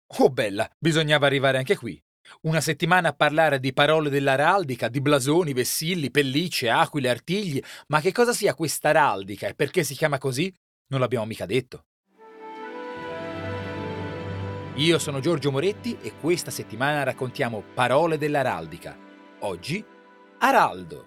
Oh bella, bisognava arrivare anche qui. Una settimana a parlare di parole dell'araldica, di blasoni, vessilli, pellicce, aquile, artigli, ma che cosa sia questa araldica e perché si chiama così? Non l'abbiamo mica detto. Io sono Giorgio Moretti e questa settimana raccontiamo parole dell'araldica. Oggi, araldo.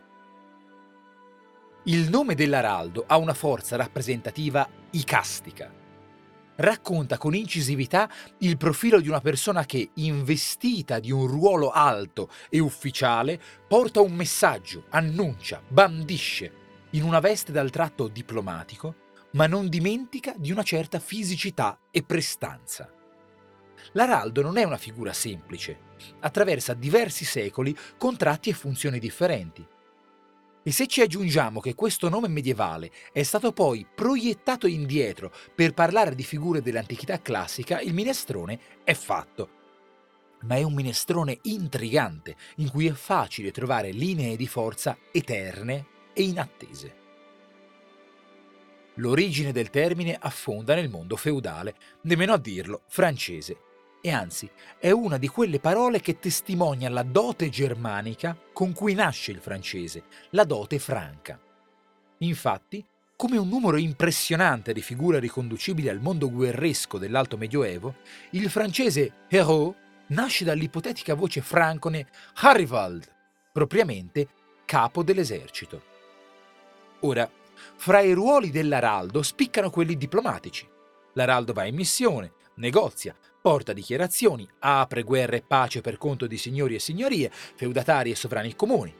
Il nome dell'araldo ha una forza rappresentativa icastica. Racconta con incisività il profilo di una persona che, investita di un ruolo alto e ufficiale, porta un messaggio, annuncia, bandisce, in una veste dal tratto diplomatico, ma non dimentica di una certa fisicità e prestanza. L'araldo non è una figura semplice, attraversa diversi secoli con tratti e funzioni differenti. E se ci aggiungiamo che questo nome medievale è stato poi proiettato indietro per parlare di figure dell'antichità classica, il minestrone è fatto. Ma è un minestrone intrigante, in cui è facile trovare linee di forza eterne e inattese. L'origine del termine affonda nel mondo feudale, nemmeno a dirlo, francese, e anzi è una di quelle parole che testimonia la dote germanica con cui nasce il francese, la dote franca. Infatti, come un numero impressionante di figure riconducibili al mondo guerresco dell'Alto Medioevo, il francese héros nasce dall'ipotetica voce francone Harivald, propriamente capo dell'esercito. Ora, fra i ruoli dell'araldo spiccano quelli diplomatici. L'araldo va in missione, negozia, porta dichiarazioni, apre guerra e pace per conto di signori e signorie, feudatari e sovrani comuni.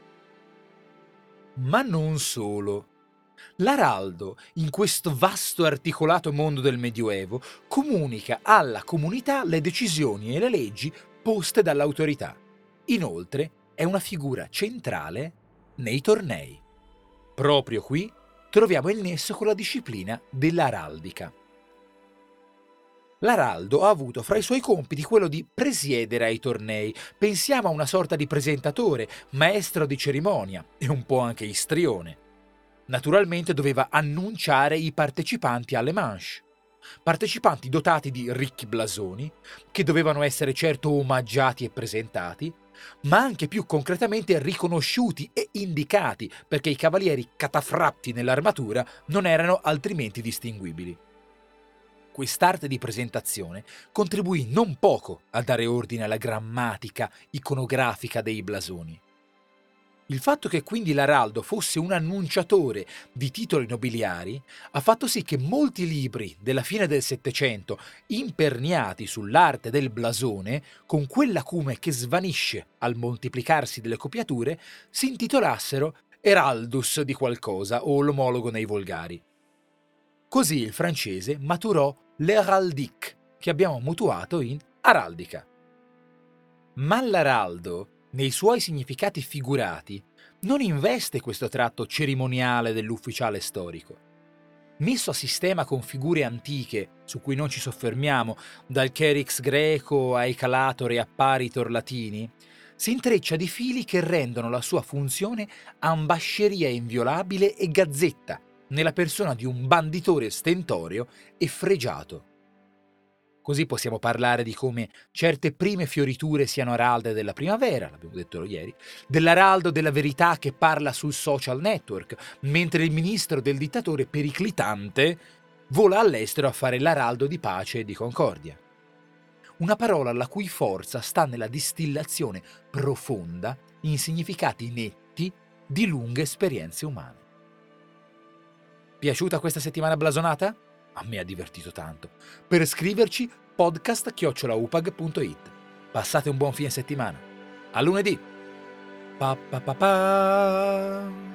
Ma non solo. L'araldo, in questo vasto articolato mondo del Medioevo, comunica alla comunità le decisioni e le leggi poste dall'autorità. Inoltre, è una figura centrale nei tornei. Proprio qui troviamo il nesso con la disciplina dell'araldica. L'araldo ha avuto fra i suoi compiti quello di presiedere ai tornei. Pensiamo a una sorta di presentatore, maestro di cerimonia e un po' anche istrione. Naturalmente doveva annunciare i partecipanti alle manche. Partecipanti dotati di ricchi blasoni, che dovevano essere certo omaggiati e presentati, ma anche più concretamente riconosciuti e indicati, perché i cavalieri catafratti nell'armatura non erano altrimenti distinguibili. Quest'arte di presentazione contribuì non poco a dare ordine alla grammatica iconografica dei blasoni. Il fatto che quindi l'araldo fosse un annunciatore di titoli nobiliari ha fatto sì che molti libri della fine del Settecento, imperniati sull'arte del blasone, con quell'acume che svanisce al moltiplicarsi delle copiature, si intitolassero Heraldus di qualcosa o l'omologo nei volgari. Così il francese maturò l'héraldique, che abbiamo mutuato in araldica. Ma l'araldo, nei suoi significati figurati, non investe questo tratto cerimoniale dell'ufficiale storico. Messo a sistema con figure antiche, su cui non ci soffermiamo, dal cherix greco ai calator e apparitor latini, si intreccia di fili che rendono la sua funzione ambasceria inviolabile e gazzetta, nella persona di un banditore stentorio e fregiato. Così possiamo parlare di come certe prime fioriture siano aralde della primavera, l'abbiamo detto ieri, dell'araldo della verità che parla sul social network, mentre il ministro del dittatore periclitante vola all'estero a fare l'araldo di pace e di concordia. Una parola la cui forza sta nella distillazione profonda in significati netti di lunghe esperienze umane. Piaciuta questa settimana blasonata? A me ha divertito tanto. Per scriverci podcast@upag.it. Passate un buon fine settimana. A lunedì! Pa pa pa pa.